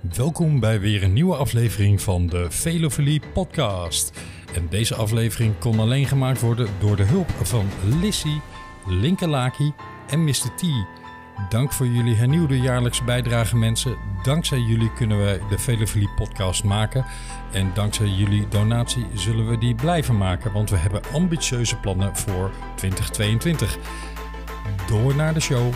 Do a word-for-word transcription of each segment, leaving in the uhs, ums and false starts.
Welkom bij weer een nieuwe aflevering van de Velofilie podcast. En deze aflevering kon alleen gemaakt worden door de hulp van Lissy, Linkelaki en mister T. Dank voor jullie hernieuwde jaarlijkse bijdrage, mensen. Dankzij jullie kunnen we de Velofilie podcast maken. En dankzij jullie donatie zullen we die blijven maken, want we hebben ambitieuze plannen voor twintig tweeëntwintig. Door naar de show.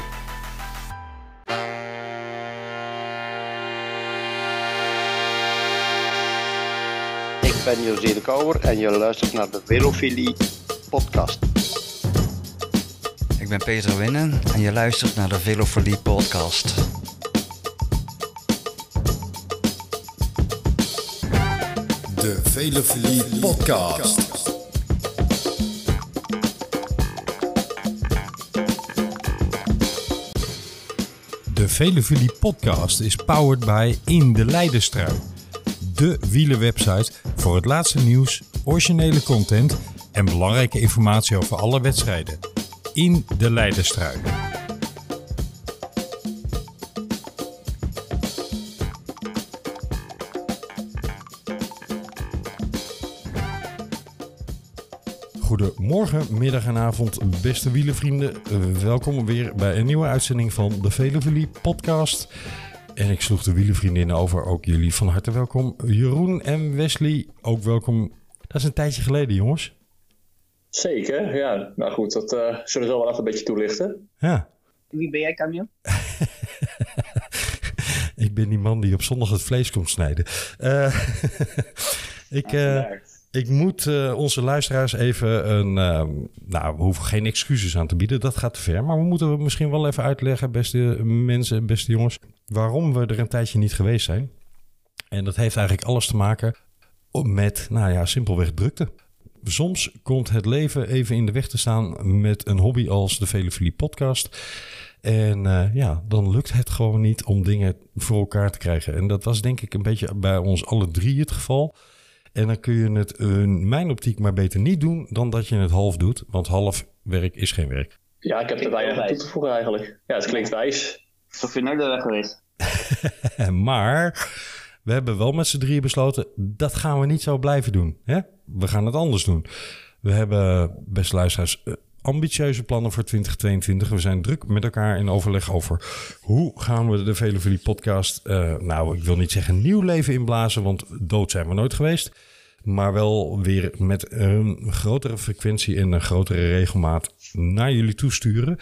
Ik ben José de Kouwer en je luistert naar de Velofilie podcast. Ik ben Peter Winnen en je luistert naar de Velofilie podcast. De Velofilie podcast. De Velofilie podcast is powered by In de Leidenstrui. De wielerwebsite voor het laatste nieuws, originele content en belangrijke informatie over alle wedstrijden. In de Leidenstrui. Goedemorgen, middag en avond, beste wielervrienden. Welkom weer bij een nieuwe uitzending van de Velofilie podcast. En ik sloeg de wielervriendinnen over, ook jullie van harte welkom. Jeroen en Wesley, ook welkom. Dat is een tijdje geleden, jongens. Zeker, ja. Nou goed, dat uh, zullen we zo wel even een beetje toelichten. Ja. Wie ben jij, Camille? Ik ben die man die op zondag het vlees komt snijden. Uh, ik, uh, ik moet uh, onze luisteraars even een... Uh, nou, we hoeven geen excuses aan te bieden, dat gaat te ver. Maar we moeten misschien wel even uitleggen, beste mensen, beste jongens, waarom we er een tijdje niet geweest zijn. En dat heeft eigenlijk alles te maken met, nou ja, simpelweg drukte. Soms komt het leven even in de weg te staan met een hobby als de Velofilie podcast. En uh, ja, dan lukt het gewoon niet om dingen voor elkaar te krijgen. En dat was denk ik een beetje bij ons alle drie het geval. En dan kun je het in mijn optiek maar beter niet doen dan dat je het half doet. Want half werk is geen werk. Ja, ik heb er weinig aan toe te voegen eigenlijk. Ja, het klinkt wijs. Of je nooit weg geweest. Maar we hebben wel met z'n drieën besloten, dat gaan we niet zo blijven doen. Hè? We gaan het anders doen. We hebben, beste luisteraars, ambitieuze plannen voor twintig tweeëntwintig. We zijn druk met elkaar in overleg over hoe gaan we de Velofilie podcast, uh, nou, ik wil niet zeggen nieuw leven inblazen, want dood zijn we nooit geweest. Maar wel weer met een grotere frequentie en een grotere regelmaat naar jullie toesturen.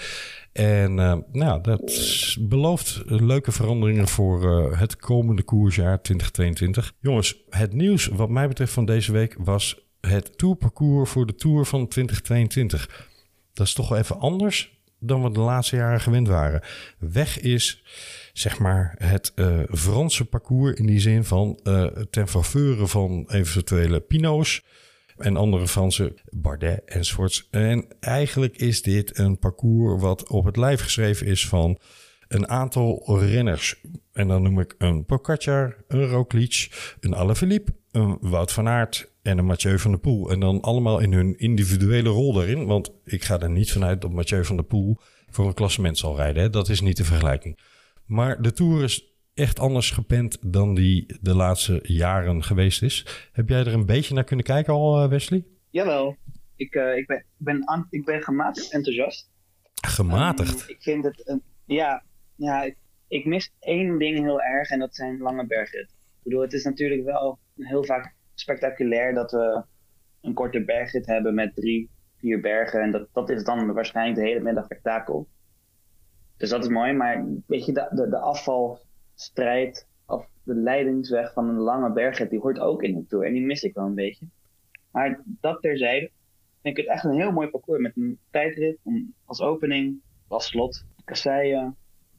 En uh, nou, dat belooft leuke veranderingen voor uh, het komende koersjaar twintig tweeëntwintig. Jongens, het nieuws wat mij betreft van deze week was het tourparcours voor de Tour van twintig tweeëntwintig. Dat is toch wel even anders dan we de laatste jaren gewend waren. Weg is, zeg maar, het uh, Franse parcours in die zin van uh, ten faveur van eventuele Pino's en andere Franse Bardet enzovoorts. En eigenlijk is dit een parcours wat op het lijf geschreven is van een aantal renners. En dan noem ik een Pogačar, een Roglič, een Alaphilippe, een Wout van Aert en een Mathieu van der Poel. En dan allemaal in hun individuele rol daarin. Want ik ga er niet vanuit dat Mathieu van der Poel voor een klassement zal rijden. Hè? Dat is niet de vergelijking. Maar de Tour is echt anders gepland dan die de laatste jaren geweest is. Heb jij er een beetje naar kunnen kijken al, Wesley? Jawel. Ik, uh, ik, ben, ik, ben an, ik ben gematigd enthousiast. Gematigd? Um, ik vind het... Uh, ja, ja ik, ik mis één ding heel erg en dat zijn lange bergritten. Ik bedoel, het is natuurlijk wel heel vaak spectaculair dat we een korte bergrit hebben met drie, vier bergen. En dat, dat is dan waarschijnlijk de hele middag spektakel. Dus dat is mooi, maar weet je, de, de, de afvalstrijd of de leidingsweg van een lange bergrit, die hoort ook in de Tour. En die mis ik wel een beetje. Maar dat terzijde, vind ik het echt een heel mooi parcours met een tijdrit om, als opening, als slot, kasseien,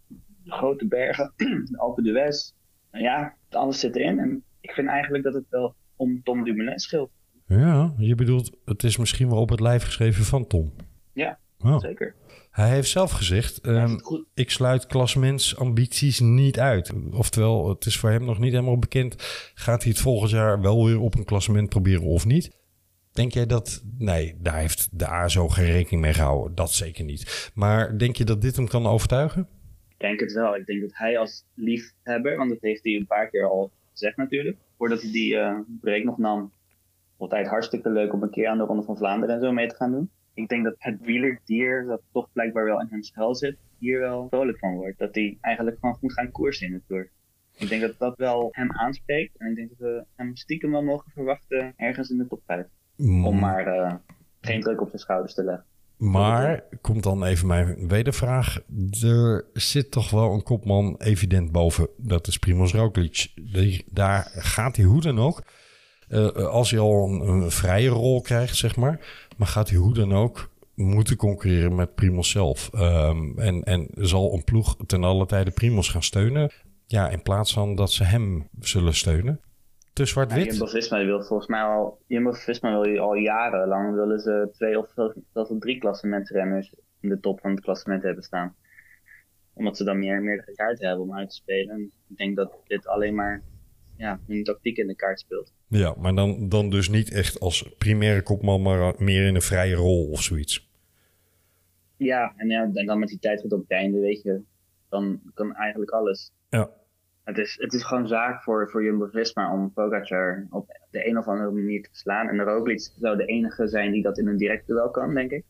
grote bergen, de Alpe d'Huez. Nou ja, alles zit erin. En ik vind eigenlijk dat het wel om Tom Dumoulin scheelt. Ja, je bedoelt, het is misschien wel op het lijf geschreven van Tom. Ja, oh. Zeker. Hij heeft zelf gezegd, um, ik sluit klassementsambities niet uit. Oftewel, het is voor hem nog niet helemaal bekend. Gaat hij het volgend jaar wel weer op een klassement proberen of niet? Denk jij dat... Nee, daar heeft de A S O geen rekening mee gehouden. Dat zeker niet. Maar denk je dat dit hem kan overtuigen? denk het wel. Ik denk dat hij als liefhebber, want dat heeft hij een paar keer al gezegd natuurlijk, voordat hij die uh, break nog nam, altijd hartstikke leuk om een keer aan de Ronde van Vlaanderen en zo mee te gaan doen. Ik denk dat het wielerdier, dat toch blijkbaar wel in hem schuil zit, hier wel vrolijk van wordt. Dat hij eigenlijk gewoon goed gaan koersen in de Tour. Ik denk dat dat wel hem aanspreekt. En ik denk dat we hem stiekem wel mogen verwachten ergens in de top vijf. Mm. Om maar uh, geen druk op zijn schouders te leggen. Maar, komt dan even mijn wedervraag. Er zit toch wel een kopman evident boven. Dat is Primož Roglič. Die, daar gaat hij hoe dan ook. Uh, als hij al een, een vrije rol krijgt, zeg maar. Maar gaat hij hoe dan ook moeten concurreren met Primož zelf. Um, en, en zal een ploeg ten alle tijde Primož gaan steunen. Ja, in plaats van dat ze hem zullen steunen. Te zwart-wit. Ja, Jumbo-Visma wil volgens mij al... Jumbo-Visma wil al jarenlang willen ze twee of zelfs drie klassementrenners in de top van het klassement hebben staan. Omdat ze dan meer, meer kaarten hebben om uit te spelen. En ik denk dat dit alleen maar ja, hun tactiek in de kaart speelt. Ja, maar dan, dan dus niet echt als primaire kopman, maar meer in een vrije rol of zoiets. Ja, en, ja, en dan met die tijdrit op het einde, weet je, dan kan eigenlijk alles. Ja. Het is, het is gewoon zaak voor, voor Jumbo-Visma om Pogacar op de een of andere manier te verslaan. En Roglič zou de enige zijn die dat in een directe duel kan, denk ik.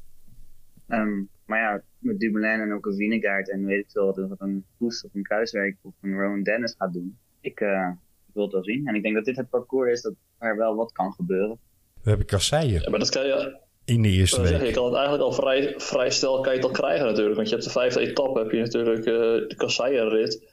Um, maar ja, met Dumoulin en ook een Vingegaard en weet ik veel wat een Poes of een Kruiswijk of een Rowan Dennis gaat doen. Ik, uh, ik wil het wel zien. En ik denk dat dit het parcours is dat waar wel wat kan gebeuren. We hebben kasseien. Ja, maar dat kan je... In de eerste week. Zeg, je kan het eigenlijk al vrij, vrij snel kan je het al krijgen natuurlijk. Want je hebt de vijfde etappe, heb je natuurlijk uh, de kasseienrit.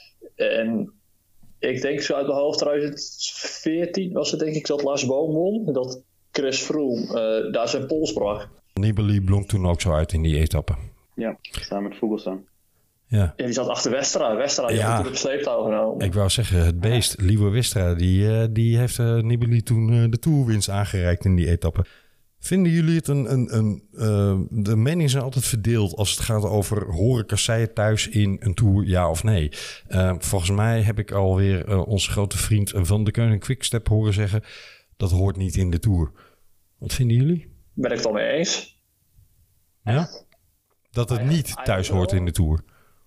En ik denk zo uit mijn hoofd twintig veertien was het denk ik dat Lars Boom won. Dat Chris Froome uh, daar zijn pols brak. Nibali blonk toen ook zo uit in die etappe. Ja, samen met Vogelsang. Ja. Ja, die zat achter Westra. Westra die ja. heeft natuurlijk op sleeptouw genomen. Ik wou zeggen, het beest, Lieve Westra, die, uh, die heeft uh, Nibali toen uh, de toerwinst aangereikt in die etappe. Vinden jullie het een... een, een uh, de meningen zijn altijd verdeeld als het gaat over horen kasseien thuis in een Tour, ja of nee. Uh, volgens mij heb ik alweer uh, onze grote vriend Van de Keuning Quickstep horen zeggen, dat hoort niet in de Tour. Wat vinden jullie? Ben ik het al mee eens. Ja? Dat het niet thuis hoort in de Tour.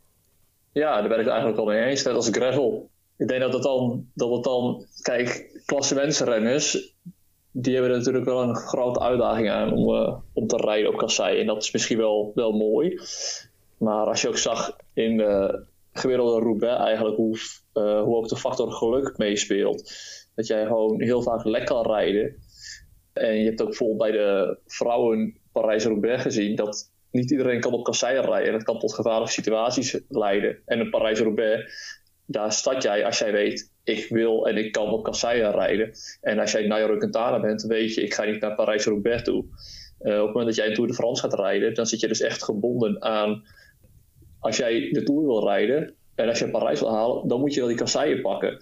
Ja, daar ben ik het eigenlijk al mee eens. Net als gravel. Ik denk dat het dan... Dat het dan kijk, klassementsrenners... Die hebben er natuurlijk wel een grote uitdaging aan om, uh, om te rijden op kasseien. En dat is misschien wel, wel mooi. Maar als je ook zag in de gemiddelde Roubaix eigenlijk hoe, uh, hoe ook de factor geluk meespeelt. Dat jij gewoon heel vaak lekker kan rijden. En je hebt ook bijvoorbeeld bij de vrouwen Parijs-Roubaix gezien dat niet iedereen kan op kasseien rijden. Dat kan tot gevaarlijke situaties leiden. En in Parijs-Roubaix, daar start jij als jij weet, ik wil en ik kan op kasseien rijden. En als jij Nairo Quintana bent, weet je, ik ga niet naar Parijs-Roubaix toe. Uh, op het moment dat jij een Tour de France gaat rijden, dan zit je dus echt gebonden aan, als jij de Tour wil rijden en als je Parijs wil halen, dan moet je wel die kasseien pakken.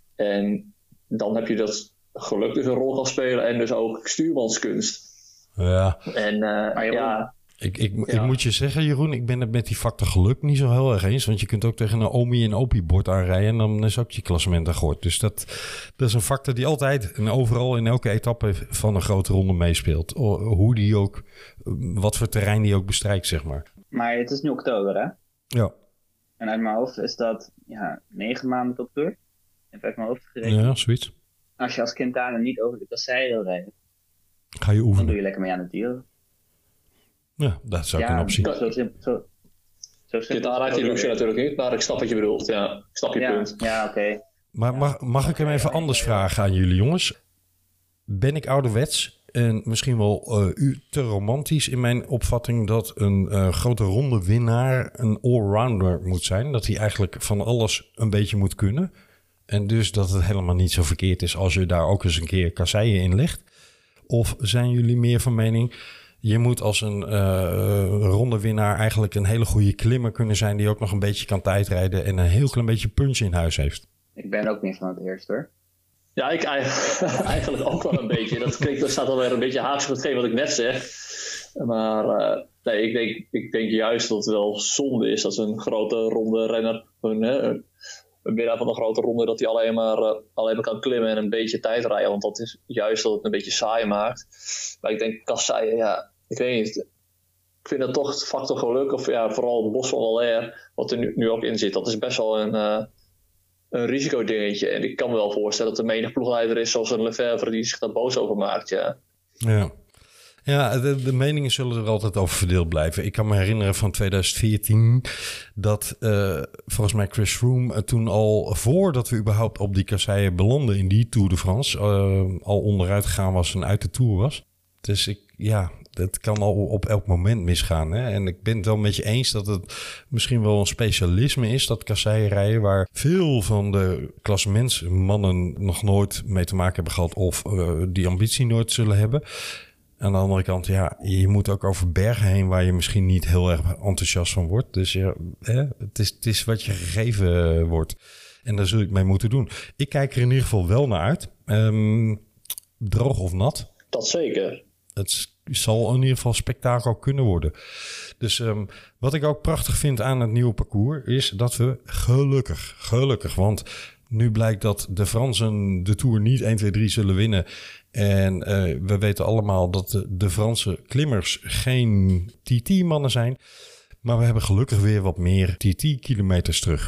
En dan heb je dat geluk dus een rol kan spelen en dus ook stuurmanskunst. Ja. En uh, ja... Ik, ik, ja. ik moet je zeggen, Jeroen, ik ben het met die factor geluk niet zo heel erg eens. Want je kunt ook tegen een Omi en Opie-bord aanrijden en dan is ook je klassement aan gehoord. Dus dat, dat is een factor die altijd en overal in elke etappe van een grote ronde meespeelt. Hoe die ook, wat voor terrein die ook bestrijkt, zeg maar. Maar het is nu oktober, hè? Ja. En uit mijn hoofd is dat ja, negen maanden tot Tour. Even uit mijn hoofd gerekend. Ja, zoiets. Als je als Quintana niet over de kasseien wil rijden, ga je oefenen. dan doe je lekker mee aan het dieren. Ja, dat zou ik ja, een optie. Zo simpel. Zo, zo simpel. Quintana heeft die luxe natuurlijk niet, maar ik snap wat je bedoelt. Ja, ik snap je ja, punt. Ja, oké. Okay. Maar mag, mag ik hem even anders vragen aan jullie, jongens? Ben ik ouderwets en misschien wel uh, u te romantisch in mijn opvatting dat een uh, grote ronde winnaar een allrounder moet zijn? Dat hij eigenlijk van alles een beetje moet kunnen. En dus dat het helemaal niet zo verkeerd is als je daar ook eens een keer kasseien in legt? Of zijn jullie meer van mening, je moet als een uh, rondewinnaar eigenlijk een hele goede klimmer kunnen zijn die ook nog een beetje kan tijdrijden en een heel klein beetje punch in huis heeft? Ik ben ook niet van het eerste, hoor. Ja, ik eigenlijk ook wel een beetje. Dat klinkt, dat staat alweer een beetje haaks op hetgeen wat ik net zeg. Maar uh, nee, ik denk, ik denk juist dat het wel zonde is dat een grote ronde renner, een, een, een winnaar van een grote ronde, dat hij alleen maar, uh, alleen maar kan klimmen en een beetje tijd rijden. Want dat is juist dat het een beetje saai maakt. Maar ik denk kasseien, ja, ik weet niet. ik vind dat toch factor geluk, of ja, vooral het Bos van Waller, wat er nu, nu ook in zit, dat is best wel een, uh, een risicodingetje. En ik kan me wel voorstellen dat er menig ploegleider is zoals een Lefevre die zich daar boos over maakt, ja. Ja. Ja, de, de meningen zullen er altijd over verdeeld blijven. Ik kan me herinneren van twintig veertien dat uh, volgens mij Chris Froome toen al voordat we überhaupt op die kasseien belanden in die Tour de France, uh, al onderuit gegaan was en uit de Tour was. Dus ik, ja, dat kan al op elk moment misgaan. Hè? En ik ben het wel met je eens dat het misschien wel een specialisme is, dat kasseienrijden, waar veel van de klassementsmannen nog nooit mee te maken hebben gehad of uh, die ambitie nooit zullen hebben. Aan de andere kant, ja, je moet ook over bergen heen waar je misschien niet heel erg enthousiast van wordt. Dus ja, hè, het, is, het is wat je gegeven wordt. En daar zul ik mee moeten doen. Ik kijk er in ieder geval wel naar uit. Um, droog of nat. Dat zeker. Het zal in ieder geval spektakel kunnen worden. Dus um, wat ik ook prachtig vind aan het nieuwe parcours is dat we gelukkig, gelukkig, want nu blijkt dat de Fransen de Tour niet één, twee, drie zullen winnen. En uh, we weten allemaal dat de, de Franse klimmers geen T T-mannen zijn. Maar we hebben gelukkig weer wat meer T T-kilometers terug.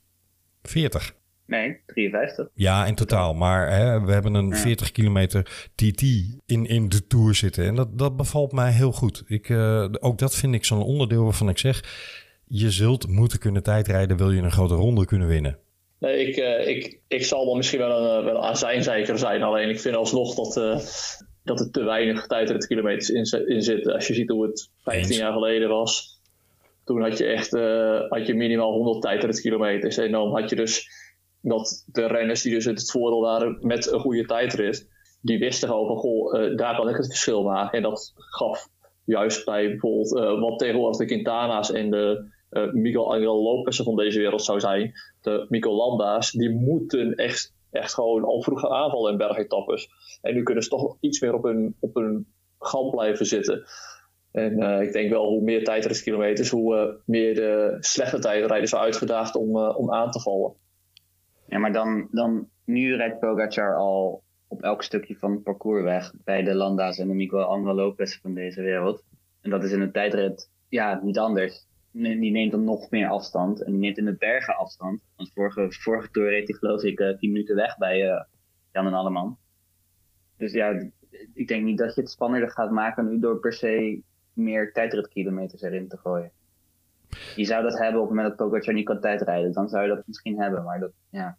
veertig. Nee, drieënvijftig. Ja, in totaal. Maar hè, we hebben een ja. veertig kilometer T T in, in de Tour zitten. En dat, dat bevalt mij heel goed. Ik, uh, ook dat vind ik zo'n onderdeel waarvan ik zeg, je zult moeten kunnen tijdrijden, wil je een grote ronde kunnen winnen. Nee, ik, uh, ik, ik zal wel misschien wel een, wel een azijnzeiker zijn. Alleen ik vind alsnog dat, uh, dat er te weinig tijdritkilometers in, in zitten. Als je ziet hoe het vijftien jaar geleden was. Toen had je echt uh, had je minimaal honderd tijdritkilometers. En dan had je dus dat de renners die dus het voordeel waren met een goede tijdrit. Die wisten gewoon van, goh, uh, daar kan ik het verschil maken. En dat gaf juist bij bijvoorbeeld uh, wat tegenwoordig de Quintana's en de Uh, Miguel Angel Lopez van deze wereld zou zijn, de Mikel Landa's, die moeten echt, echt gewoon al vroeg gaan aanvallen in bergetappes. En nu kunnen ze toch iets meer op hun, op hun gat blijven zitten. En uh, ik denk wel, hoe meer tijdritkilometers, hoe uh, meer de slechte tijdrijders zijn uitgedaagd om, uh, om aan te vallen. Ja, maar dan, dan nu rijdt Pogacar al op elk stukje van het parcours weg bij de Landa's en de Miguel Angel Lopez van deze wereld. En dat is in een tijdrit, ja, niet anders. Die neemt dan nog meer afstand. En die neemt in de bergen afstand. Want vorige, vorige tour reed hij geloof ik uh, tien minuten weg bij uh, Jan en Alleman. Dus ja, ik denk niet dat je het spannender gaat maken nu door per se meer tijdritkilometers erin te gooien. Je zou dat hebben op het moment dat Pogacar niet kan tijdrijden. Dan zou je dat misschien hebben, maar dat, ja.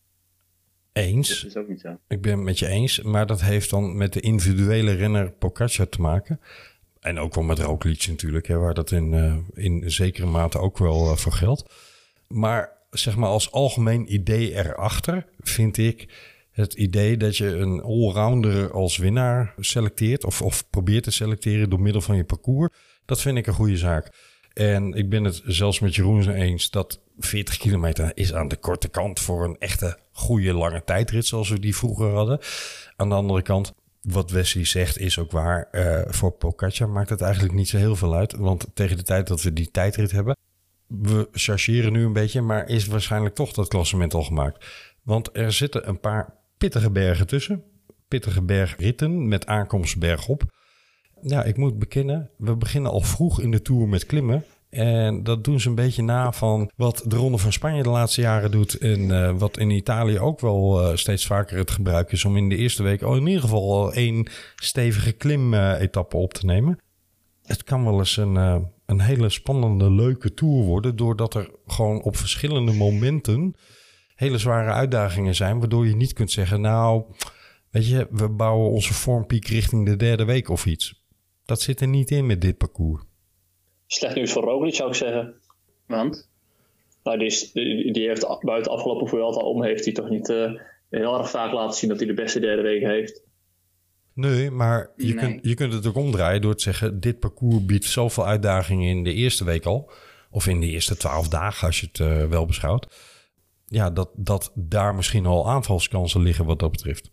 Eens. Dat is ook niet zo. Ik ben het met je eens. Maar dat heeft dan met de individuele renner Pogacar te maken. En ook wel met Roglic natuurlijk, hè, waar dat in, uh, in zekere mate ook wel uh, voor geldt. Maar zeg maar als algemeen idee erachter vind ik het idee dat je een allrounder als winnaar selecteert of, of probeert te selecteren door middel van je parcours. Dat vind ik een goede zaak. En ik ben het zelfs met Jeroen eens dat veertig kilometer is aan de korte kant voor een echte goede lange tijdrit zoals we die vroeger hadden. Aan de andere kant, wat Wesley zegt is ook waar. Uh, voor Pogacar maakt het eigenlijk niet zo heel veel uit. Want tegen de tijd dat we die tijdrit hebben, we chargeren nu een beetje, maar is waarschijnlijk toch dat klassement al gemaakt. Want er zitten een paar pittige bergen tussen. Pittige bergritten met aankomst bergop. Ja, ik moet bekennen, we beginnen al vroeg in de Tour met klimmen. En dat doen ze een beetje na van wat de Ronde van Spanje de laatste jaren doet. En uh, wat in Italië ook wel uh, steeds vaker het gebruik is om in de eerste week al in ieder geval al één stevige klim-etappe op te nemen. Het kan wel eens een, uh, een hele spannende, leuke Tour worden. Doordat er gewoon op verschillende momenten hele zware uitdagingen zijn. Waardoor je niet kunt zeggen, nou, weet je, we bouwen onze vormpiek richting de derde week of iets. Dat zit er niet in met dit parcours. Slecht nieuws voor Roglic zou ik zeggen. Want? Nou, die, is, die, die heeft buiten afgelopen Vuelta om heeft hij toch niet uh, heel erg vaak laten zien dat hij de beste derde week heeft. Nee, maar je, nee. Kunt, je kunt het ook omdraaien door te zeggen, dit parcours biedt zoveel uitdagingen in de eerste week al. Of in de eerste twaalf dagen als je het uh, wel beschouwt. Ja, dat, dat daar misschien al aanvalskansen liggen wat dat betreft.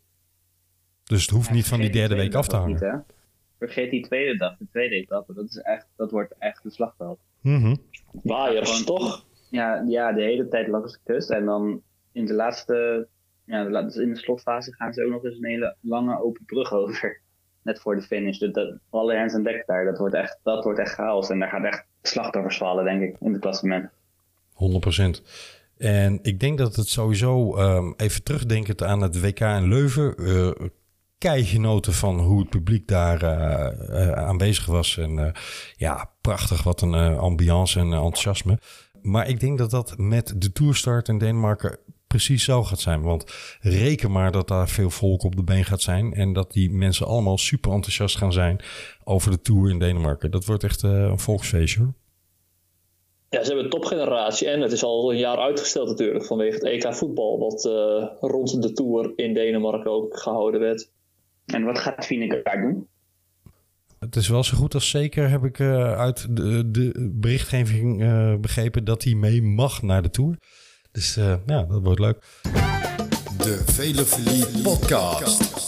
Dus het hoeft ja, niet van die derde week af te hangen. Niet, Vergeet die tweede dag, de tweede etappe. Dat, is echt, dat wordt echt een slagveld. Mm-hmm. Waaiers, toch? Ja, ja, de hele tijd langs de kust. En dan in de laatste... Ja, de, dus in de slotfase gaan ze ook nog eens een hele lange open brug over. net voor de finish. Dus dat, alle hands aan dek daar, dat wordt, echt, dat wordt echt chaos. En daar gaat echt slachtoffers vallen, denk ik, in het klassement. honderd procent. En ik denk dat het sowieso, um, even terugdenkend aan het W K in Leuven, uh, keigenoten van hoe het publiek daar uh, uh, aanwezig was. En uh, ja, prachtig, wat een uh, ambiance en uh, enthousiasme. Maar ik denk dat dat met de toerstart in Denemarken precies zo gaat zijn. Want reken maar dat daar veel volk op de been gaat zijn. En dat die mensen allemaal super enthousiast gaan zijn over de Tour in Denemarken. Dat wordt echt uh, een volksfeestje, hoor. Ja, ze hebben een topgeneratie en het is al een jaar uitgesteld natuurlijk vanwege het E K voetbal, wat uh, rond de Tour in Denemarken ook gehouden werd. En wat gaat Vingegaard doen? Het is wel zo goed als zeker, heb ik uh, uit de, de berichtgeving uh, begrepen, dat hij mee mag naar de Tour. Dus uh, ja, dat wordt leuk. De Velofilie Podcast.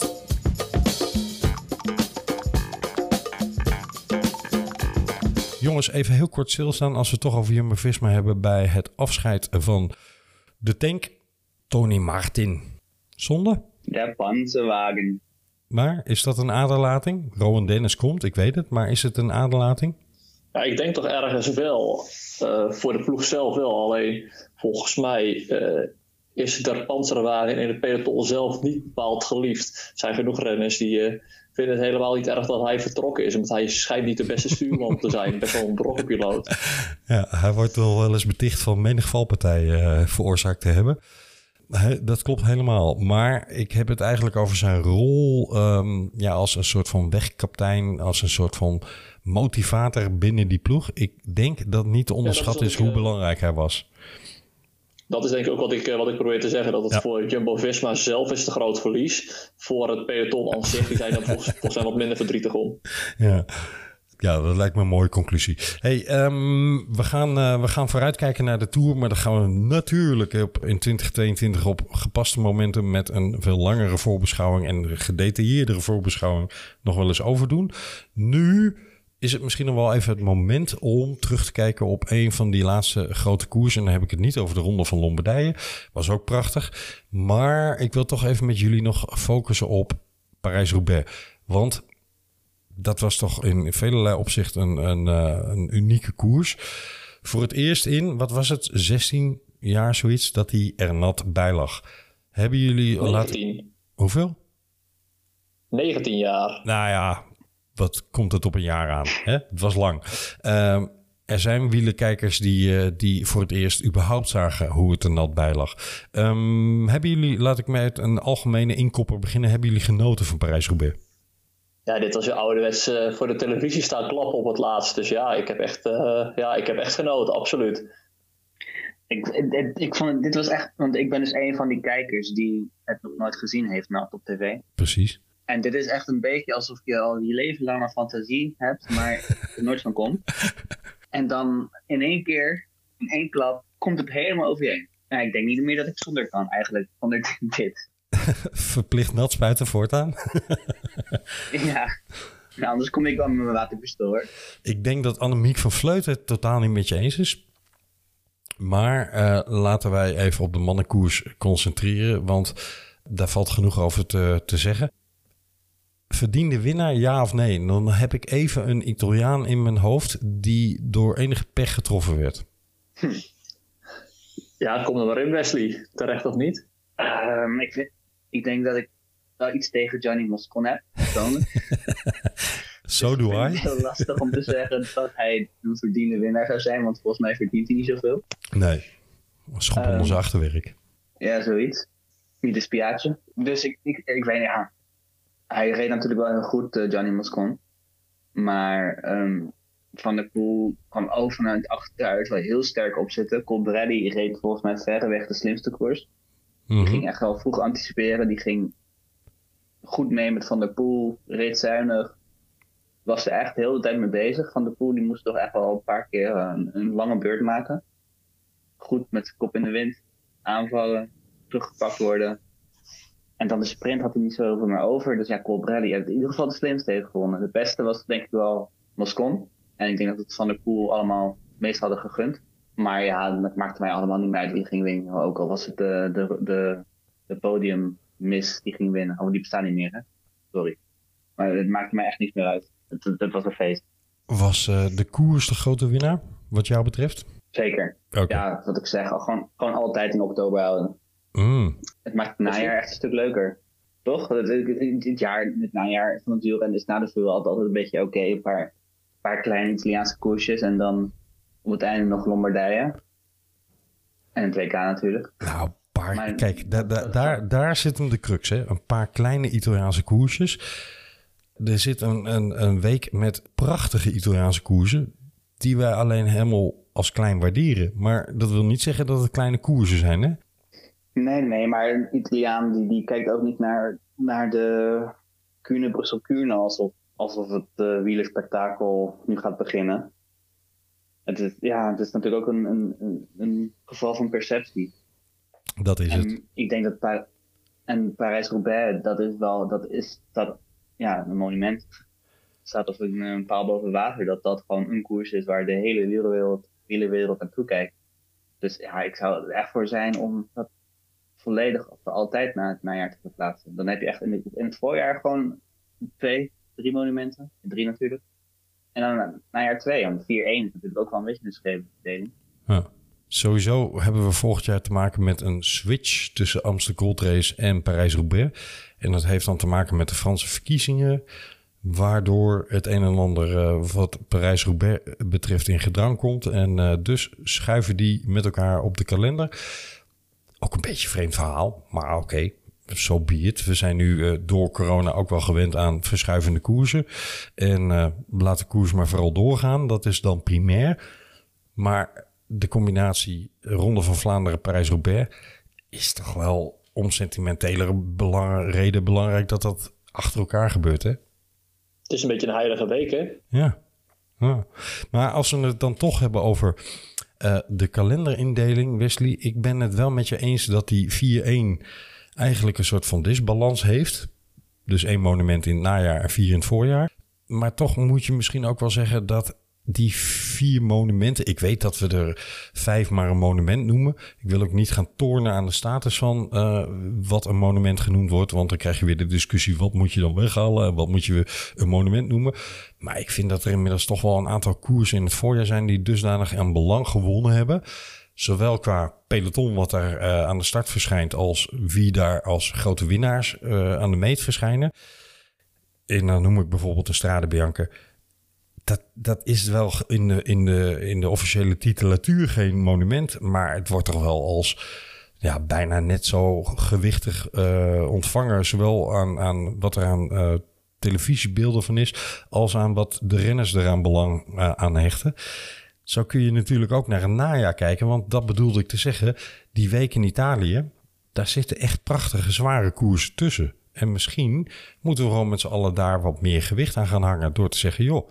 Jongens, even heel kort stilstaan als we het toch over Jumbo-Visma hebben bij het afscheid van de tank Tony Martin. Zonde? De Panzerwagen. Maar is dat een aderlating? Rowan Dennis komt, ik weet het, maar is het een aderlating? Ja, ik denk toch ergens wel. Uh, voor de ploeg zelf wel. Alleen volgens mij uh, is de Panzerwagen in het peloton zelf niet bepaald geliefd. Er zijn genoeg renners die uh, vinden het helemaal niet erg dat hij vertrokken is. Want hij schijnt niet de beste stuurman te zijn. Best wel een brokkenpiloot. Ja, hij wordt wel wel eens beticht van menig valpartij uh, veroorzaakt te hebben. He, dat klopt helemaal. Maar ik heb het eigenlijk over zijn rol um, ja, als een soort van wegkaptein, als een soort van motivator binnen die ploeg. Ik denk dat niet te onderschatten ja, is, is hoe ik, belangrijk hij was. Dat is denk ik ook wat ik, wat ik probeer te zeggen. Dat het ja. voor Jumbo-Visma zelf is te groot verlies. Voor het peloton aan zich, die zijn dan volgens, volgens mij wat minder verdrietig om. Ja. Ja, dat lijkt me een mooie conclusie. Hey, um, we, gaan, uh, we gaan vooruitkijken naar de Tour. Maar dan gaan we natuurlijk op, in twintig tweeëntwintig op gepaste momenten met een veel langere voorbeschouwing en gedetailleerdere voorbeschouwing nog wel eens overdoen. Nu is het misschien nog wel even het moment om terug te kijken op een van die laatste grote koersen. En dan heb ik het niet over de Ronde van Lombardije. Was ook prachtig. Maar ik wil toch even met jullie nog focussen op Parijs-Roubaix. Want dat was toch in velerlei opzicht een, een, een unieke koers. Voor het eerst in, wat was het, zestien jaar zoiets, dat hij er nat bij lag. Hebben jullie... negentien. Laten... Hoeveel? negentien jaar. Nou ja, wat komt het op een jaar aan? Hè? Het was lang. Uh, er zijn wielenkijkers die, uh, die voor het eerst überhaupt zagen hoe het er nat bij lag. Um, hebben jullie, laat ik met een algemene inkopper beginnen, hebben jullie genoten van Parijs-Roubaix? Ja, dit was je ouderwets uh, voor de televisie staan klappen op het laatst. Dus ja, ik heb echt, uh, ja, ik heb echt genoten, absoluut. Ik, ik, ik vond het, dit was echt, want ik ben dus een van die kijkers die het nog nooit gezien heeft nou, op tv. Precies. En dit is echt een beetje alsof je al je leven lang een fantasie hebt, maar er nooit van komt. En dan in één keer, in één klap, komt het helemaal over je heen. Nou, ik denk niet meer dat ik zonder kan eigenlijk, zonder dit. Verplicht nat spuiten voortaan. Ja, nou, anders kom ik wel met mijn waterpistool hoor. Ik denk dat Annemiek van Vleuten het totaal niet met je eens is. Maar uh, laten wij even op de mannenkoers concentreren. Want daar valt genoeg over te, te zeggen. Verdiende winnaar, ja of nee? Dan heb ik even een Italiaan in mijn hoofd die door enige pech getroffen werd. Hm. Ja, kom er maar in, Wesley. Terecht of niet? Um, ik, vind, ik denk dat ik wel iets tegen Gianni Moscon heb, persoonlijk. Zo doe hij. Het is heel lastig om te zeggen dat hij een verdiende winnaar zou zijn, want volgens mij verdient hij niet zoveel. Nee, schop onder um, zijn achterwerk. Ja, zoiets. Niet de spiaatje. Dus ik, ik, ik weet niet, ja. Hij reed natuurlijk wel heel goed, uh, Gianni Moscon. Maar um, Van der Poel kwam ook vanuit achteruit wel heel sterk opzitten. Colbrelli reed volgens mij verreweg de slimste koers. Mm-hmm. Die ging echt wel vroeg anticiperen. Die ging goed mee met Van der Poel. Reed zuinig. Was er echt de hele tijd mee bezig. Van der Poel die moest toch echt wel een paar keer een, een lange beurt maken. Goed met zijn kop in de wind. Aanvallen. Teruggepakt worden. En dan de sprint had hij niet zoveel meer over. Dus ja, Colbrelli heeft in ieder geval de slimste heeft gewonnen. De beste was denk ik wel Moscon. En ik denk dat het Van der Poel allemaal het meest hadden gegund. Maar ja, dat maakte mij allemaal niet meer uit wie ging winnen. Ook al was het de, de, de, de podium mis die ging winnen. Oh, die bestaan niet meer, hè? Sorry. Maar het maakt mij echt niet meer uit. Het, het, het was een feest. Was uh, de koers de grote winnaar, wat jou betreft? Zeker. Okay. Ja, wat ik zeg, gewoon, gewoon altijd in oktober houden. Mm. Het maakt het najaar echt een stuk leuker. Toch? Het, het, het, jaar, het najaar van het wielrennen is na de Vuelta altijd, altijd een beetje oké. Okay, een paar, paar kleine Italiaanse koersjes en dan op het einde nog Lombardije. En een W K natuurlijk. Nou, paar, maar, kijk, da, da, daar, daar zit hem de crux, hè. Een paar kleine Italiaanse koersjes. Er zit een, een, een week met prachtige Italiaanse koersen die wij alleen helemaal als klein waarderen. Maar dat wil niet zeggen dat het kleine koersen zijn, hè? Nee, nee, maar een Italiaan die, die kijkt ook niet naar, naar de Kuurne Brussel Kuurne alsof, alsof het uh, wielerspektakel nu gaat beginnen. Het is, ja, het is natuurlijk ook een, een, een, een geval van perceptie. Dat is en het. Ik denk dat Par- en Parijs-Roubaix, dat is wel, dat is dat, ja, een monument. Het staat op een, een paal boven water dat dat gewoon een koers is waar de hele wielerwereld, wielerwereld naartoe kijkt. Dus ja, ik zou er echt voor zijn om dat volledig of altijd naar het najaar te verplaatsen. Dan heb je echt in het, in het voorjaar gewoon twee, drie monumenten. Drie natuurlijk. En dan najaar twee, want vier één is natuurlijk ook wel een beetje een scheve verdeling. Ja. Sowieso hebben we volgend jaar te maken met een switch tussen Amsterdam Gold Race en Parijs-Roubaix. En dat heeft dan te maken met de Franse verkiezingen, waardoor het een en ander uh, wat Parijs-Roubaix betreft in gedrang komt. En uh, dus schuiven die met elkaar op de kalender. Ook een beetje een vreemd verhaal, maar oké, okay, so be it. We zijn nu uh, door corona ook wel gewend aan verschuivende koersen. En uh, laat de koers maar vooral doorgaan, dat is dan primair. Maar de combinatie Ronde van Vlaanderen, Parijs-Roubaix is toch wel om sentimentele belang- reden belangrijk dat dat achter elkaar gebeurt, hè? Het is een beetje een heilige week, hè? Ja. ja. Maar als we het dan toch hebben over uh, de kalenderindeling, Wesley, ik ben het wel met je eens dat die vier één eigenlijk een soort van disbalans heeft. Dus één monument in het najaar en vier in het voorjaar. Maar toch moet je misschien ook wel zeggen dat die vier monumenten, ik weet dat we er vijf maar een monument noemen. Ik wil ook niet gaan tornen aan de status van uh, wat een monument genoemd wordt. Want dan krijg je weer de discussie, wat moet je dan weghalen en wat moet je een monument noemen. Maar ik vind dat er inmiddels toch wel een aantal koersen in het voorjaar zijn die dusdanig aan belang gewonnen hebben. Zowel qua peloton wat daar uh, aan de start verschijnt als wie daar als grote winnaars uh, aan de meet verschijnen. En dan noem ik bijvoorbeeld de Strade Bianche. Dat, dat is wel in de, in, de, in de officiële titulatuur geen monument, maar het wordt toch wel als ja, bijna net zo gewichtig uh, ontvangen, zowel aan, aan wat er aan uh, televisiebeelden van is, als aan wat de renners eraan belang uh, aan hechten. Zo kun je natuurlijk ook naar een najaar kijken, want dat bedoelde ik te zeggen, die week in Italië, daar zitten echt prachtige zware koersen tussen. En misschien moeten we gewoon met z'n allen daar wat meer gewicht aan gaan hangen door te zeggen, joh,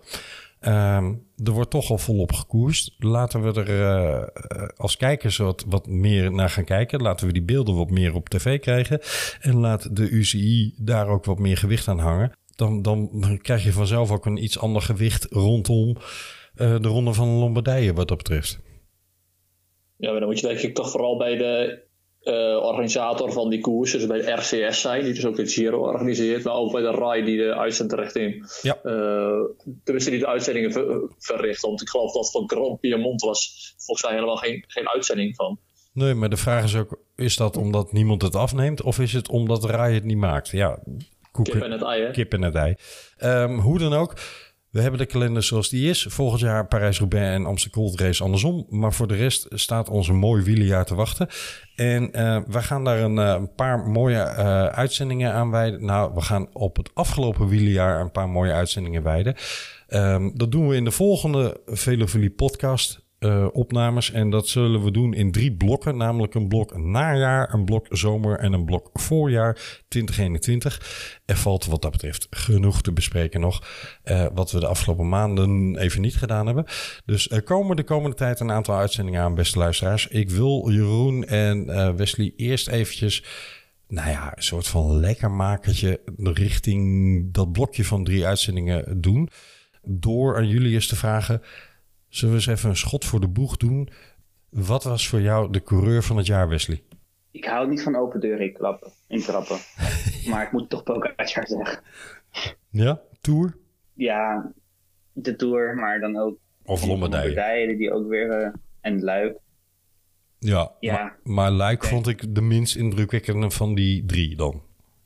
um, er wordt toch al volop gekoerst. Laten we er uh, als kijkers wat, wat meer naar gaan kijken. Laten we die beelden wat meer op tv krijgen. En laat de U C I daar ook wat meer gewicht aan hangen. Dan, dan krijg je vanzelf ook een iets ander gewicht rondom uh, de Ronde van Lombardije wat dat betreft. Ja, maar dan moet je denk ik toch vooral bij de Uh, organisator van die koers, dus bij de R C S zijn, die dus ook de Giro organiseert, maar ook bij de R A I die de uitzendrechten ja. uh, tenminste die de uitzendingen ver, verricht. Want ik geloof dat van Grand Piemont was volgens mij helemaal geen, geen uitzending van. Nee, maar de vraag is ook, is dat omdat niemand het afneemt of is het omdat de R A I het niet maakt? Ja, koeken, kip en het ei, hè? Kip en het ei. Um, hoe dan ook, we hebben de kalender zoals die is. Volgend jaar Parijs-Roubaix en Amsterdam Gold Race andersom. Maar voor de rest staat ons een mooi wielerjaar te wachten. En uh, we gaan daar een, uh, een paar mooie uh, uitzendingen aan wijden. Nou, we gaan op het afgelopen wielerjaar een paar mooie uitzendingen wijden. Um, dat doen we in de volgende Velofilie podcast uh, opnames. En dat zullen we doen in drie blokken. Namelijk een blok najaar, een blok zomer en een blok voorjaar twintig eenentwintig. Er valt wat dat betreft genoeg te bespreken nog. Uh, wat we de afgelopen maanden even niet gedaan hebben. Dus er komen de komende tijd een aantal uitzendingen aan, beste luisteraars. Ik wil Jeroen en uh, Wesley eerst eventjes, nou ja, een soort van lekkermakertje richting dat blokje van drie uitzendingen doen. Door aan jullie eens te vragen, zullen we eens even een schot voor de boeg doen? Wat was voor jou de coureur van het jaar, Wesley? Ik hou niet van open deuren inklappen, intrappen. Maar ik moet toch Pogacar zeggen. Ja, Tour? Ja, de Tour, maar dan ook... Of Lombardije. Lombardije, die ook weer... Uh, en Luik. Ja, ja. maar, maar Luik okay. vond ik de minst indrukwekkende van die drie dan.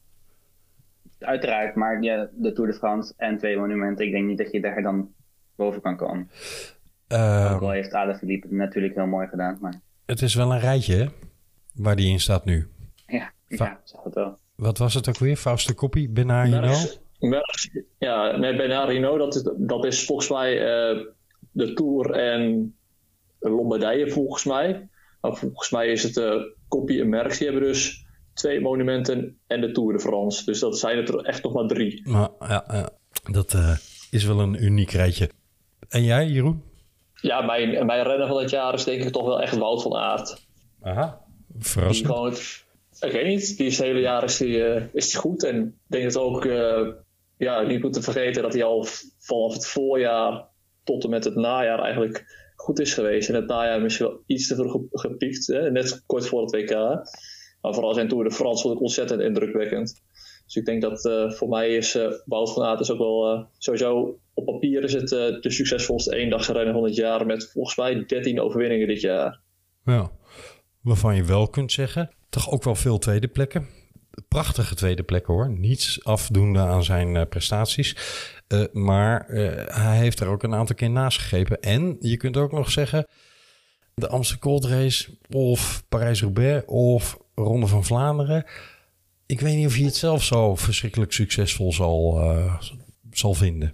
Uiteraard, maar ja, de Tour de France en twee monumenten. Ik denk niet dat je daar dan boven kan komen. Uh, ook al heeft Alaphilippe het natuurlijk heel mooi gedaan. Maar... Het is wel een rijtje, hè? Waar die in staat nu. Ja, Va- ja zeg het wel. Wat was het ook weer? Fausto Coppi, Bernard Hinault? Ja, met Bernard Hinault, dat is, dat is volgens mij uh, de Tour en Lombardije volgens mij. Maar volgens mij is het uh, Coppi en Merckx. Die hebben dus twee monumenten en de Tour de France. Dus dat zijn er echt nog maar drie. Maar, ja, ja, dat uh, is wel een uniek rijtje. En jij, Jeroen? Ja, mijn, mijn renner van het jaar is denk ik toch wel echt Wout van Aert. Aha, verrassend. Die gewoon het, ik weet niet, die is het hele jaar is die, uh, is die goed. En ik denk dat ook, uh, ja, niet moeten vergeten dat hij al vanaf het voorjaar tot en met het najaar eigenlijk goed is geweest. En het najaar misschien wel iets te vroeg gepiekt, hè? Net kort voor het W K. Maar vooral zijn Tour de France vond ik ontzettend indrukwekkend. Dus ik denk dat uh, voor mij is uh, Wout van Aert is ook wel uh, sowieso op papier is het uh, de succesvolste eendagse renner van het jaar met volgens mij dertien overwinningen dit jaar. Ja, waarvan je wel kunt zeggen, toch ook wel veel tweede plekken. Prachtige tweede plekken hoor, niets afdoende aan zijn uh, prestaties. Uh, maar uh, hij heeft er ook een aantal keer naast gegrepen. En je kunt ook nog zeggen, de Amstel Gold Race of Parijs-Roubaix of Ronde van Vlaanderen. Ik weet niet of je het zelf zo verschrikkelijk succesvol zal, uh, zal vinden.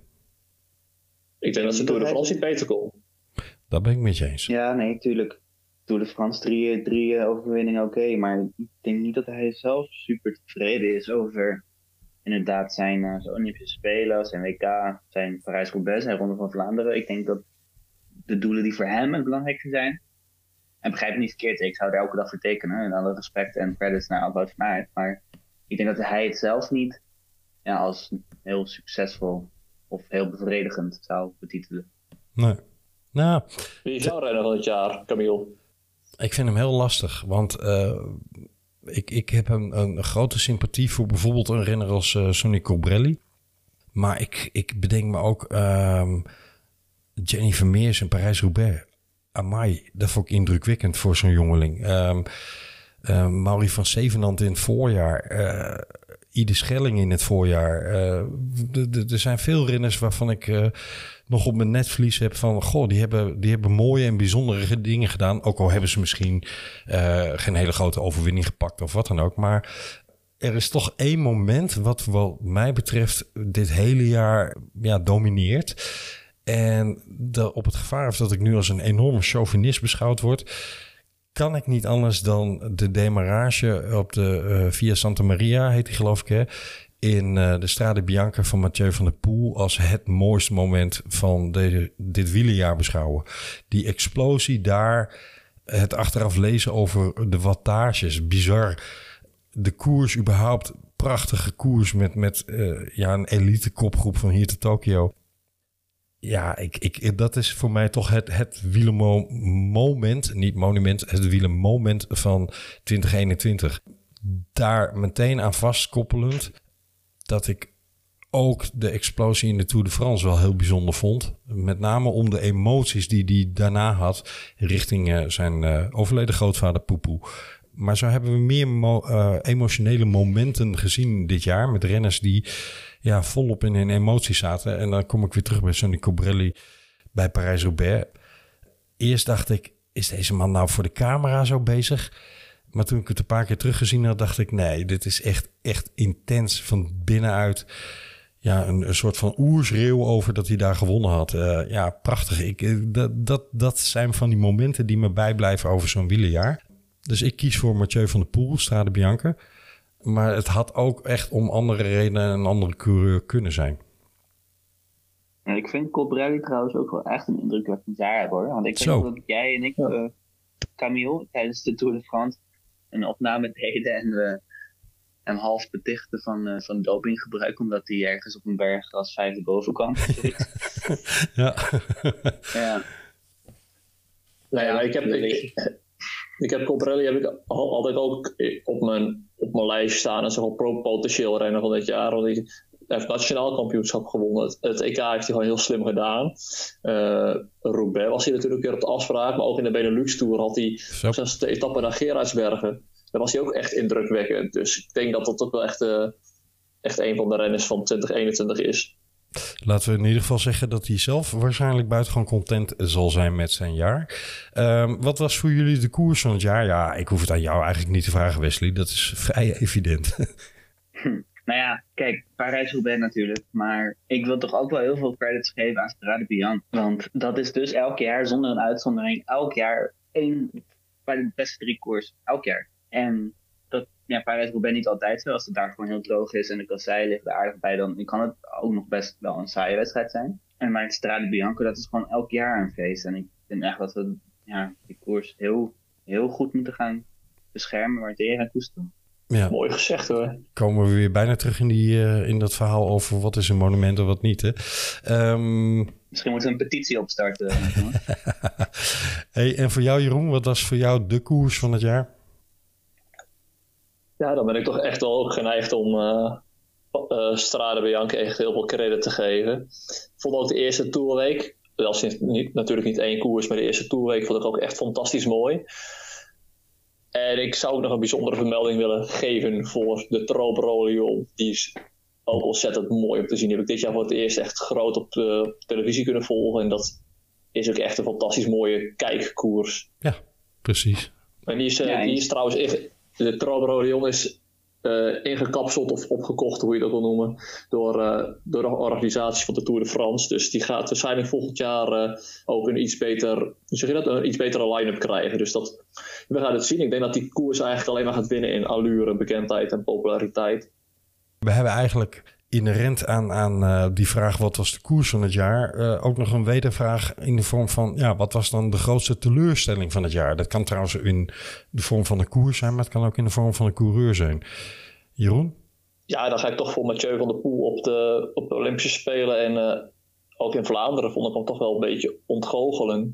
Ik denk dat ze Tour de France niet beter kon. Dat ben ik met je eens. Ja, nee, tuurlijk. Tour de France drie, drie overwinningen oké. Okay, maar ik denk niet dat hij zelf super tevreden is over inderdaad zijn, uh, zijn Olympische Spelen, zijn W K, zijn Parijs-Roubaix, zijn Ronde van Vlaanderen. Ik denk dat de doelen die voor hem het belangrijkste zijn. En begrijp me niet verkeerd, ik zou er elke dag voor tekenen. En alle respect en credits naar Wout van Aert. Maar ik denk dat hij het zelf niet ja, als heel succesvol of heel bevredigend zou betitelen. Nee. Nou, wie is jouw renner van het jaar, Camille? Ik vind hem heel lastig, want uh, ik, ik heb een, een grote sympathie voor bijvoorbeeld een renner als uh, Sonny Colbrelli. Maar ik, ik bedenk me ook um, Jenny Vermeers in Parijs-Roubaix. Amai, dat vond ik indrukwekkend voor zo'n jongeling. Um, uh, Mauri van Zevenand in het voorjaar. Uh, Ide Schelling in het voorjaar. Uh, er zijn veel renners waarvan ik uh, nog op mijn netvlies heb van... Goh, die hebben, die hebben mooie en bijzondere dingen gedaan. Ook al hebben ze misschien uh, geen hele grote overwinning gepakt of wat dan ook. Maar er is toch één moment wat wat mij betreft dit hele jaar ja, domineert. En de, op het gevaar of dat ik nu als een enorme chauvinist beschouwd word... kan ik niet anders dan de demarrage op de uh, Via Santa Maria, heet die geloof ik, hè, in uh, de Strade Bianca van Mathieu van der Poel als het mooiste moment van de, dit wielerjaar beschouwen. Die explosie daar, het achteraf lezen over de wattages, bizar. De koers überhaupt, prachtige koers met, met uh, ja, een elite kopgroep van hier tot Tokio. Ja, ik, ik, dat is voor mij toch het, het wielermoment, niet monument, het wielermoment van twintig eenentwintig. Daar meteen aan vastkoppelend dat ik ook de explosie in de Tour de France wel heel bijzonder vond. Met name om de emoties die hij daarna had richting uh, zijn uh, overleden grootvader Poepoe. Maar zo hebben we meer mo- uh, emotionele momenten gezien dit jaar met renners die ja, volop in hun emoties zaten. En dan kom ik weer terug bij Sonny Colbrelli bij Parijs-Roubaix. Eerst dacht ik, is deze man nou voor de camera zo bezig? Maar toen ik het een paar keer teruggezien had, dacht ik, nee, dit is echt, echt intens van binnenuit. Ja, een, een soort van oerschreeuw over dat hij daar gewonnen had. Uh, ja, prachtig. Ik, dat, dat, dat zijn van die momenten die me bijblijven over zo'n wielerjaar. Dus ik kies voor Mathieu van der Poel, Strade Bianca. Maar het had ook echt om andere redenen een andere coureur kunnen zijn. Ja, ik vind Colbrelli trouwens ook wel echt een indrukwekkend jaar hoor. Want ik weet dat jij en ik, uh, Camille, tijdens de Tour de France een opname deden en we hem half betichten van, uh, van dopinggebruik, omdat hij ergens op een berg als vijfde boven kwam. ja. ja. Nou ja, ik heb... Ik, Ik heb Colbrelli heb ik altijd ook op mijn, op mijn lijst staan als een potentieel renner van dit jaar. Want ik, hij heeft nationaal kampioenschap gewonnen. Het, het E K heeft hij gewoon heel slim gedaan. Uh, Roubaix was hij natuurlijk weer op de afspraak. Maar ook in de Benelux Tour had hij Zo. zelfs de etappe naar Gerardsbergen. Daar was hij ook echt indrukwekkend. Dus ik denk dat dat ook wel echt, uh, echt een van de renners van twintig eenentwintig is. Laten we in ieder geval zeggen dat hij zelf waarschijnlijk buitengewoon content zal zijn met zijn jaar. Um, wat was voor jullie de koers van het jaar? Ja, ik hoef het aan jou eigenlijk niet te vragen, Wesley. Dat is vrij evident. Hm. Nou ja, kijk, Parijs-Roubaix natuurlijk. Maar ik wil toch ook wel heel veel credits geven aan Strade Bianche. Want dat is dus elk jaar, zonder een uitzondering, elk jaar één bij de beste drie koers. Elk jaar. En dat, ja, Parijs-Roubaix niet altijd zo. Als het daar gewoon heel droog is en de kassei ligt er aardig bij, dan kan het ook nog best wel een saaie wedstrijd zijn. En maar Strade Bianche, dat is gewoon elk jaar een feest. En ik vind echt dat we ja, die koers heel, heel goed moeten gaan beschermen, waarderen en koesteren. Ja. Mooi gezegd hoor. Komen we weer bijna terug in, die, uh, in dat verhaal over wat is een monument en wat niet. Hè? Um... Misschien moeten we een petitie opstarten. Hey, en voor jou Jeroen, wat was voor jou de koers van het jaar? Ja, dan ben ik toch echt wel ook geneigd om uh, uh, Strade Bianche echt heel veel credit te geven. Ik vond ook de eerste Tourweek, wel sinds niet, natuurlijk niet één koers, maar de eerste Tourweek vond ik ook echt fantastisch mooi. En ik zou ook nog een bijzondere vermelding willen geven voor de Trope Roglion. Die is ook ontzettend mooi om te zien. Die heb ik dit jaar voor het eerst echt groot op de televisie kunnen volgen. En dat is ook echt een fantastisch mooie kijkkoers. Ja, precies. En die is, uh, ja, die is trouwens... De Trope Roglion is uh, ingekapseld of opgekocht, hoe je dat wil noemen, door, uh, door de organisatie van de Tour de France. Dus die gaat waarschijnlijk volgend jaar uh, ook een iets beter, hoe zeg je dat, een iets betere line-up krijgen. Dus dat, we gaan het zien. Ik denk dat die koers eigenlijk alleen maar gaat winnen in allure, bekendheid en populariteit. We hebben eigenlijk inherent aan, aan uh, die vraag wat was de koers van het jaar, uh, ook nog een wedervraag in de vorm van, ja, wat was dan de grootste teleurstelling van het jaar? Dat kan trouwens in de vorm van een koers zijn, maar het kan ook in de vorm van een coureur zijn. Jeroen? Ja, dan ga ik toch voor Mathieu van der Poel op de, op de Olympische Spelen en uh, ook in Vlaanderen vond ik hem toch wel een beetje ontgoochelen.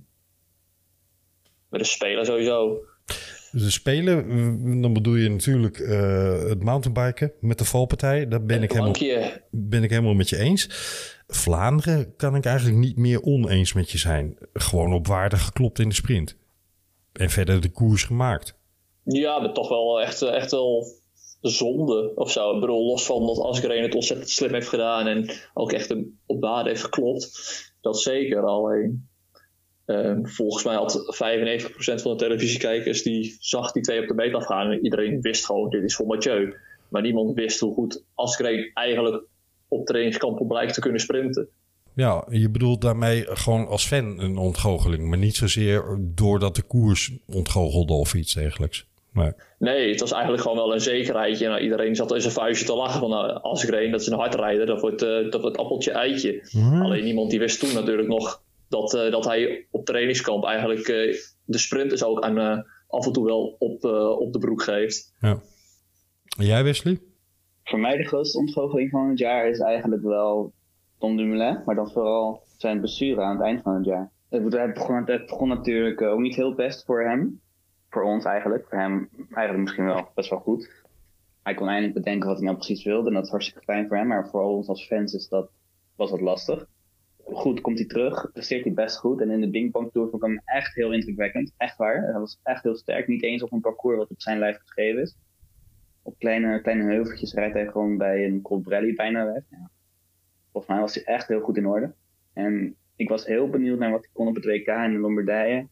Met de Spelen sowieso. De Spelen, dan bedoel je natuurlijk uh, het mountainbiken met de valpartij. Daar ben ik, helemaal, ben ik helemaal met je eens. Vlaanderen kan ik eigenlijk niet meer oneens met je zijn. Gewoon op waarde geklopt in de sprint. En verder de koers gemaakt. Ja, maar toch wel echt, echt wel zonde of zo. Ik bedoel, los van dat Asgreen het ontzettend slim heeft gedaan en ook echt op waarde heeft geklopt. Dat zeker alleen. Uh, volgens mij had vijfennegentig procent van de televisiekijkers die zag die twee op de meet afgaan. En iedereen wist gewoon, dit is voor Mathieu. Maar niemand wist hoe goed Asgreen eigenlijk op trainingskampen blijkt te kunnen sprinten. Ja, je bedoelt daarmee gewoon als fan een ontgoocheling. Maar niet zozeer doordat de koers ontgoochelde of iets dergelijks. Nee. nee, het was eigenlijk gewoon wel een zekerheidje. Nou, iedereen zat in zijn vuistje te lachen van nou, Asgreen, dat is een hardrijder. Dat wordt, uh, dat wordt appeltje eitje. Mm. Alleen niemand die wist toen natuurlijk nog Dat, uh, dat hij op trainingskamp eigenlijk uh, de sprinters ook aan, uh, af en toe wel op, uh, op de broek geeft. Ja. En jij, Wesley? Voor mij de grootste ontgoocheling van het jaar is eigenlijk wel Tom Dumoulin. Maar dan vooral zijn blessure aan het eind van het jaar. Het begon, het begon natuurlijk ook niet heel best voor hem. Voor ons eigenlijk. Voor hem eigenlijk misschien wel best wel goed. Hij kon eindelijk bedenken wat hij nou precies wilde. En dat is hartstikke fijn voor hem. Maar voor ons als fans is dat, was dat lastig. Goed, komt hij terug, presteert hij best goed. En in de Bing Bang Tour vond ik hem echt heel indrukwekkend. Echt waar. Hij was echt heel sterk. Niet eens op een parcours wat op zijn lijf geschreven is. Op kleine, kleine heuveltjes rijdt hij gewoon bij een Colbrelli bijna weg. Ja. Volgens mij was hij echt heel goed in orde. En ik was heel benieuwd naar wat hij kon op het W K in de Lombardije.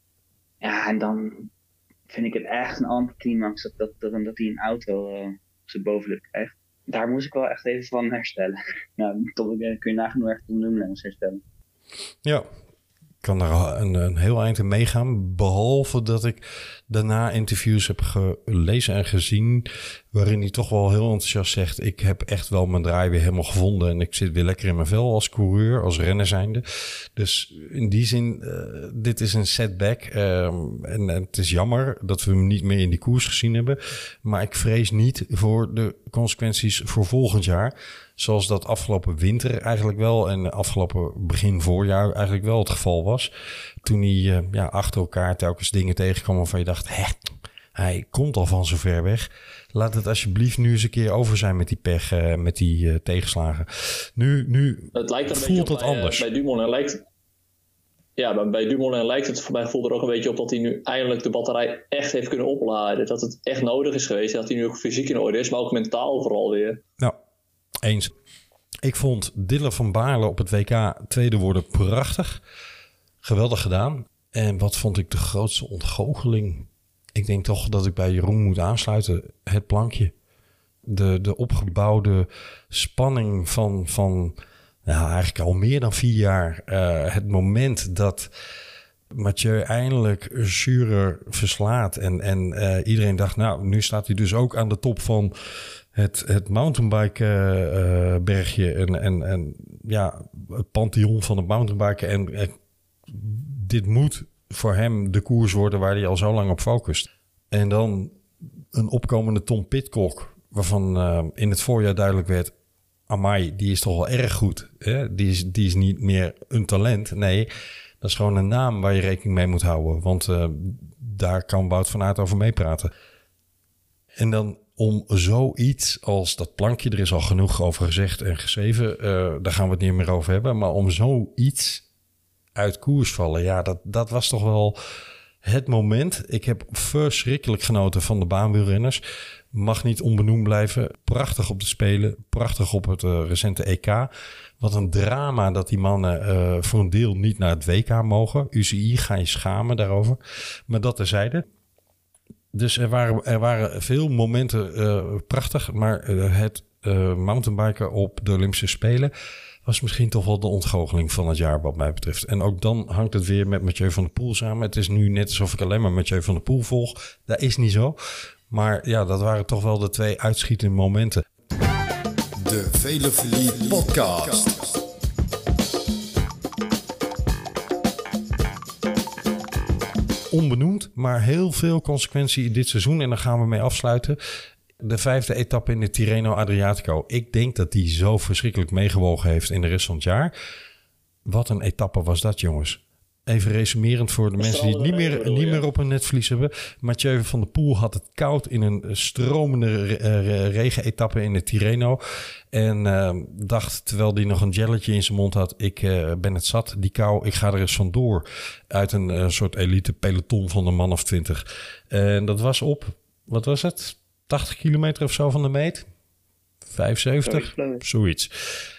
Ja, en dan vind ik het echt een anticlimax dat, dat, dat, dat hij een auto uh, op zijn bovenlip krijgt. Daar moest ik wel echt even van herstellen. Nou, tot kun je nagaan hoe echt Tom Dumoulin moest herstellen. Ja, ik kan daar een, een heel eind in meegaan. Behalve dat ik daarna interviews heb gelezen en gezien waarin hij toch wel heel enthousiast zegt, ik heb echt wel mijn draai weer helemaal gevonden en ik zit weer lekker in mijn vel als coureur, als renner zijnde. Dus in die zin, uh, dit is een setback. Uh, en, en het is jammer dat we hem niet meer in die koers gezien hebben. Maar ik vrees niet voor de consequenties voor volgend jaar. Zoals dat afgelopen winter eigenlijk wel en afgelopen begin voorjaar eigenlijk wel het geval was. Toen hij uh, ja, achter elkaar telkens dingen tegenkwam waarvan je dacht, hè, Hij komt al van zo ver weg. Laat het alsjeblieft nu eens een keer over zijn met die pech, uh, met die uh, tegenslagen. Nu, nu het lijkt een voelt beetje het bij, anders. Uh, bij Dumoulin lijkt... Ja, maar bij Dumoulin lijkt het voor mij voelt er ook een beetje op dat hij nu eindelijk de batterij echt heeft kunnen opladen. Dat het echt nodig is geweest. Dat hij nu ook fysiek in orde is, maar ook mentaal vooral weer. Nou, eens. Ik vond Dylan van Baarle op het W K tweede worden prachtig. Geweldig gedaan. En wat vond ik de grootste ontgoocheling? Ik denk toch dat ik bij Jeroen moet aansluiten. Het plankje. De, de opgebouwde spanning van, van nou, eigenlijk al meer dan vier jaar. Uh, het moment dat Mathieu eindelijk Schurer verslaat. En, en uh, iedereen dacht, nou, nu staat hij dus ook aan de top van het, het mountainbike uh, uh, bergje. En, en, en ja, het pantheon van het mountainbiken. En, en dit moet voor hem de koers worden waar hij al zo lang op focust. En dan een opkomende Tom Pidcock, waarvan uh, in het voorjaar duidelijk werd, amai, die is toch wel erg goed. Hè? Die, is, die is niet meer een talent. Nee, dat is gewoon een naam waar je rekening mee moet houden. Want uh, daar kan Wout van Aert over meepraten. En dan om zoiets als dat plankje, er is al genoeg over gezegd en geschreven, uh, daar gaan we het niet meer over hebben. Maar om zoiets uit koers vallen, ja, dat, dat was toch wel het moment. Ik heb verschrikkelijk genoten van de baanwielrenners. Mag niet onbenoemd blijven. Prachtig op de Spelen. Prachtig op het uh, recente E K. Wat een drama dat die mannen uh, voor een deel niet naar het W K mogen. U C I, ga je schamen daarover. Maar dat terzijde. Dus er waren, er waren veel momenten uh, prachtig. Maar uh, het uh, mountainbiken op de Olympische Spelen was misschien toch wel de ontgoocheling van het jaar wat mij betreft. En ook dan hangt het weer met Mathieu van der Poel samen. Het is nu net alsof ik alleen maar Mathieu van der Poel volg. Dat is niet zo. Maar ja, dat waren toch wel de twee uitschietende momenten. De Velofilie Podcast. Onbenoemd, maar heel veel consequentie in dit seizoen. En daar gaan we mee afsluiten. De vijfde etappe in de Tirreno Adriatico. Ik denk dat die zo verschrikkelijk meegewogen heeft in de rest van het jaar. Wat een etappe was dat, jongens. Even resumerend voor de mensen die het niet meer, niet meer op hun netvlies hebben. Mathieu van der Poel had het koud in een stromende re- regen-etappe in de Tirreno. En uh, dacht, terwijl hij nog een jelletje in zijn mond had, ik uh, ben het zat, die kou, ik ga er eens vandoor. Uit een uh, soort elite peloton van een man of twintig. En dat was op, wat was het? tachtig kilometer of zo van de meet? vijfenzeventig? Zoiets.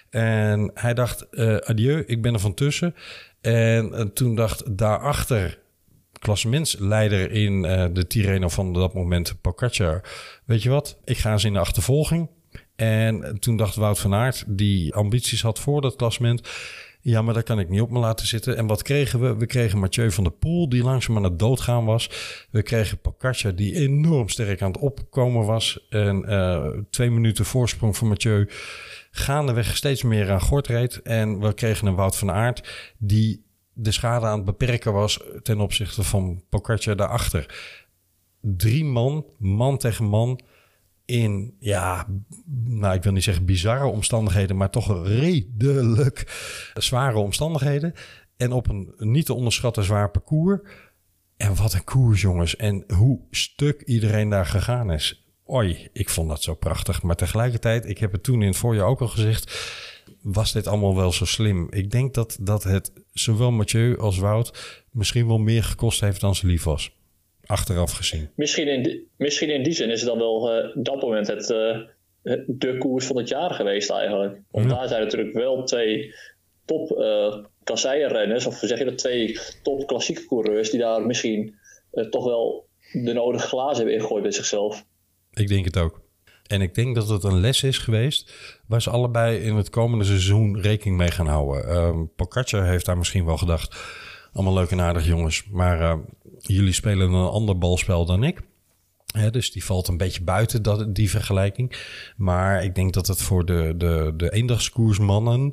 En hij dacht, uh, adieu, ik ben er van tussen. En uh, toen dacht daarachter, klassementsleider in uh, de Tirreno van dat moment, Pogačar, weet je wat, ik ga eens in de achtervolging. En toen dacht Wout van Aert, die ambities had voor dat klassement, ja, maar daar kan ik niet op me laten zitten. En wat kregen we? We kregen Mathieu van der Poel, die langzaam aan het doodgaan was. We kregen Pogačar, die enorm sterk aan het opkomen was. En uh, twee minuten voorsprong voor Mathieu gaandeweg steeds meer aan gort reed. En we kregen een Wout van Aert die de schade aan het beperken was ten opzichte van Pogačar daarachter. Drie man, man tegen man, in, ja, nou ik wil niet zeggen bizarre omstandigheden, maar toch redelijk zware omstandigheden. En op een niet te onderschatten zwaar parcours. En wat een koers, jongens. En hoe stuk iedereen daar gegaan is. Oi, ik vond dat zo prachtig. Maar tegelijkertijd, ik heb het toen in het voorjaar ook al gezegd, was dit allemaal wel zo slim. Ik denk dat, dat het zowel Mathieu als Wout misschien wel meer gekost heeft dan ze lief was. Achteraf gezien. Misschien in, die, misschien in die zin is het dan wel uh, dat moment het, uh, de koers van het jaar geweest eigenlijk. Want ja, daar zijn natuurlijk wel twee top uh, kasseienrenners, of zeg je dat, twee top klassieke coureurs die daar misschien uh, toch wel de nodige glazen hebben ingegooid bij zichzelf. Ik denk het ook. En ik denk dat het een les is geweest waar ze allebei in het komende seizoen rekening mee gaan houden. Um, Pogačar heeft daar misschien wel gedacht, allemaal leuk en aardig jongens, maar uh, jullie spelen een ander balspel dan ik. He, dus die valt een beetje buiten dat, die vergelijking. Maar ik denk dat het voor de, de, de eendagskoersmannen,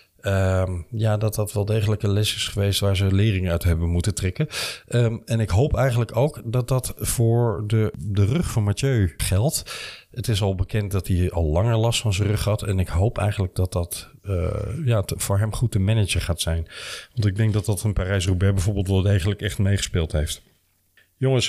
Um, ja, dat dat wel degelijk een les is geweest waar ze lering uit hebben moeten trekken. Um, en ik hoop eigenlijk ook dat dat voor de, de rug van Mathieu geldt. Het is al bekend dat hij al langer last van zijn rug had. En ik hoop eigenlijk dat dat uh, ja, te, voor hem goed te managen gaat zijn. Want ik denk dat dat in Parijs-Roubaix bijvoorbeeld wel degelijk echt meegespeeld heeft. Jongens,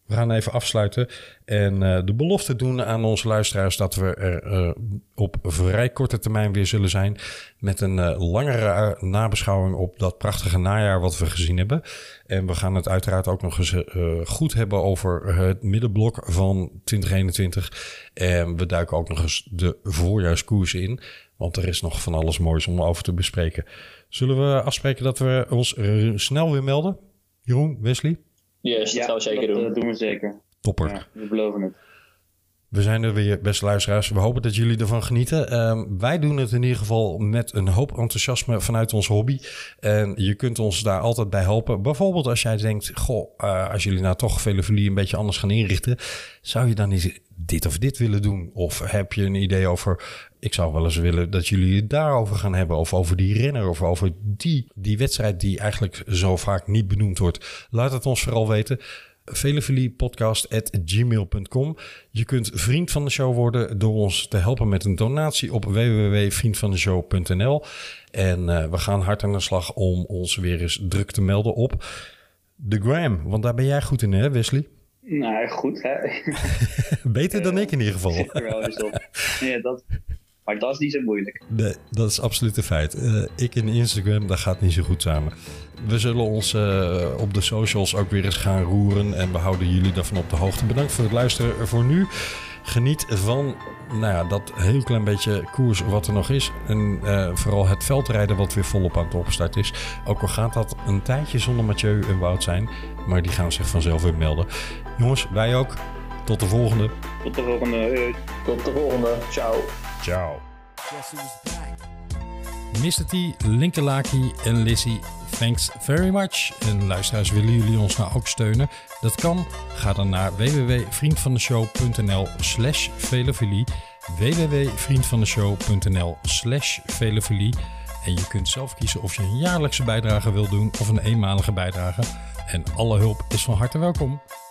We gaan even afsluiten en uh, de belofte doen aan onze luisteraars dat we er uh, op vrij korte termijn weer zullen zijn met een uh, langere uh, nabeschouwing op dat prachtige najaar wat we gezien hebben. En we gaan het uiteraard ook nog eens uh, goed hebben over het middenblok van twintig eenentwintig. En we duiken ook nog eens de voorjaarskoers in, want er is nog van alles moois om over te bespreken. Zullen we afspreken dat we ons uh, snel weer melden? Jeroen, Wesley? Yes, dat ja, gaan we zeker dat, doen. Dat doen we zeker. Topper. Ja, we beloven het. We zijn er weer, beste luisteraars. We hopen dat jullie ervan genieten. Um, wij doen het in ieder geval met een hoop enthousiasme vanuit onze hobby. En je kunt ons daar altijd bij helpen. Bijvoorbeeld als jij denkt, goh, uh, als jullie nou toch Velofilie een beetje anders gaan inrichten, zou je dan niet dit of dit willen doen? Of heb je een idee over, ik zou wel eens willen dat jullie het daarover gaan hebben. Of over die renner of over die, die wedstrijd die eigenlijk zo vaak niet benoemd wordt. Laat het ons vooral weten. velofiliepodcast at gmail dot com. Je kunt vriend van de show worden door ons te helpen met een donatie op w w w punt vriend van de show punt n l. En uh, we gaan hard aan de slag om ons weer eens druk te melden op de gram. Want daar ben jij goed in, hè Wesley? Nou, goed hè. Beter dan ik in ieder geval. Zit er wel eens op. Ja, dat, maar dat is niet zo moeilijk. Nee, dat is absoluut een feit. Uh, ik in Instagram, dat gaat niet zo goed samen. We zullen ons uh, op de socials ook weer eens gaan roeren. En we houden jullie daarvan op de hoogte. Bedankt voor het luisteren voor nu. Geniet van nou ja, dat heel klein beetje koers wat er nog is. En uh, vooral het veldrijden wat weer volop aan het opstart is. Ook al gaat dat een tijdje zonder Mathieu en Wout zijn. Maar die gaan zich vanzelf weer melden. Jongens, wij ook. Tot de volgende. Tot de volgende. Tot de volgende. Ciao. Ciao. mister T, Linkelaki en Lizzie, thanks very much. En luisteraars, willen jullie ons nou ook steunen? Dat kan. Ga dan naar w w w punt vriendvandeshow punt n l slash velofilie. w w w punt vriendvandeshow punt n l slash velofilie. En je kunt zelf kiezen of je een jaarlijkse bijdrage wilt doen of een eenmalige bijdrage. En alle hulp is van harte welkom.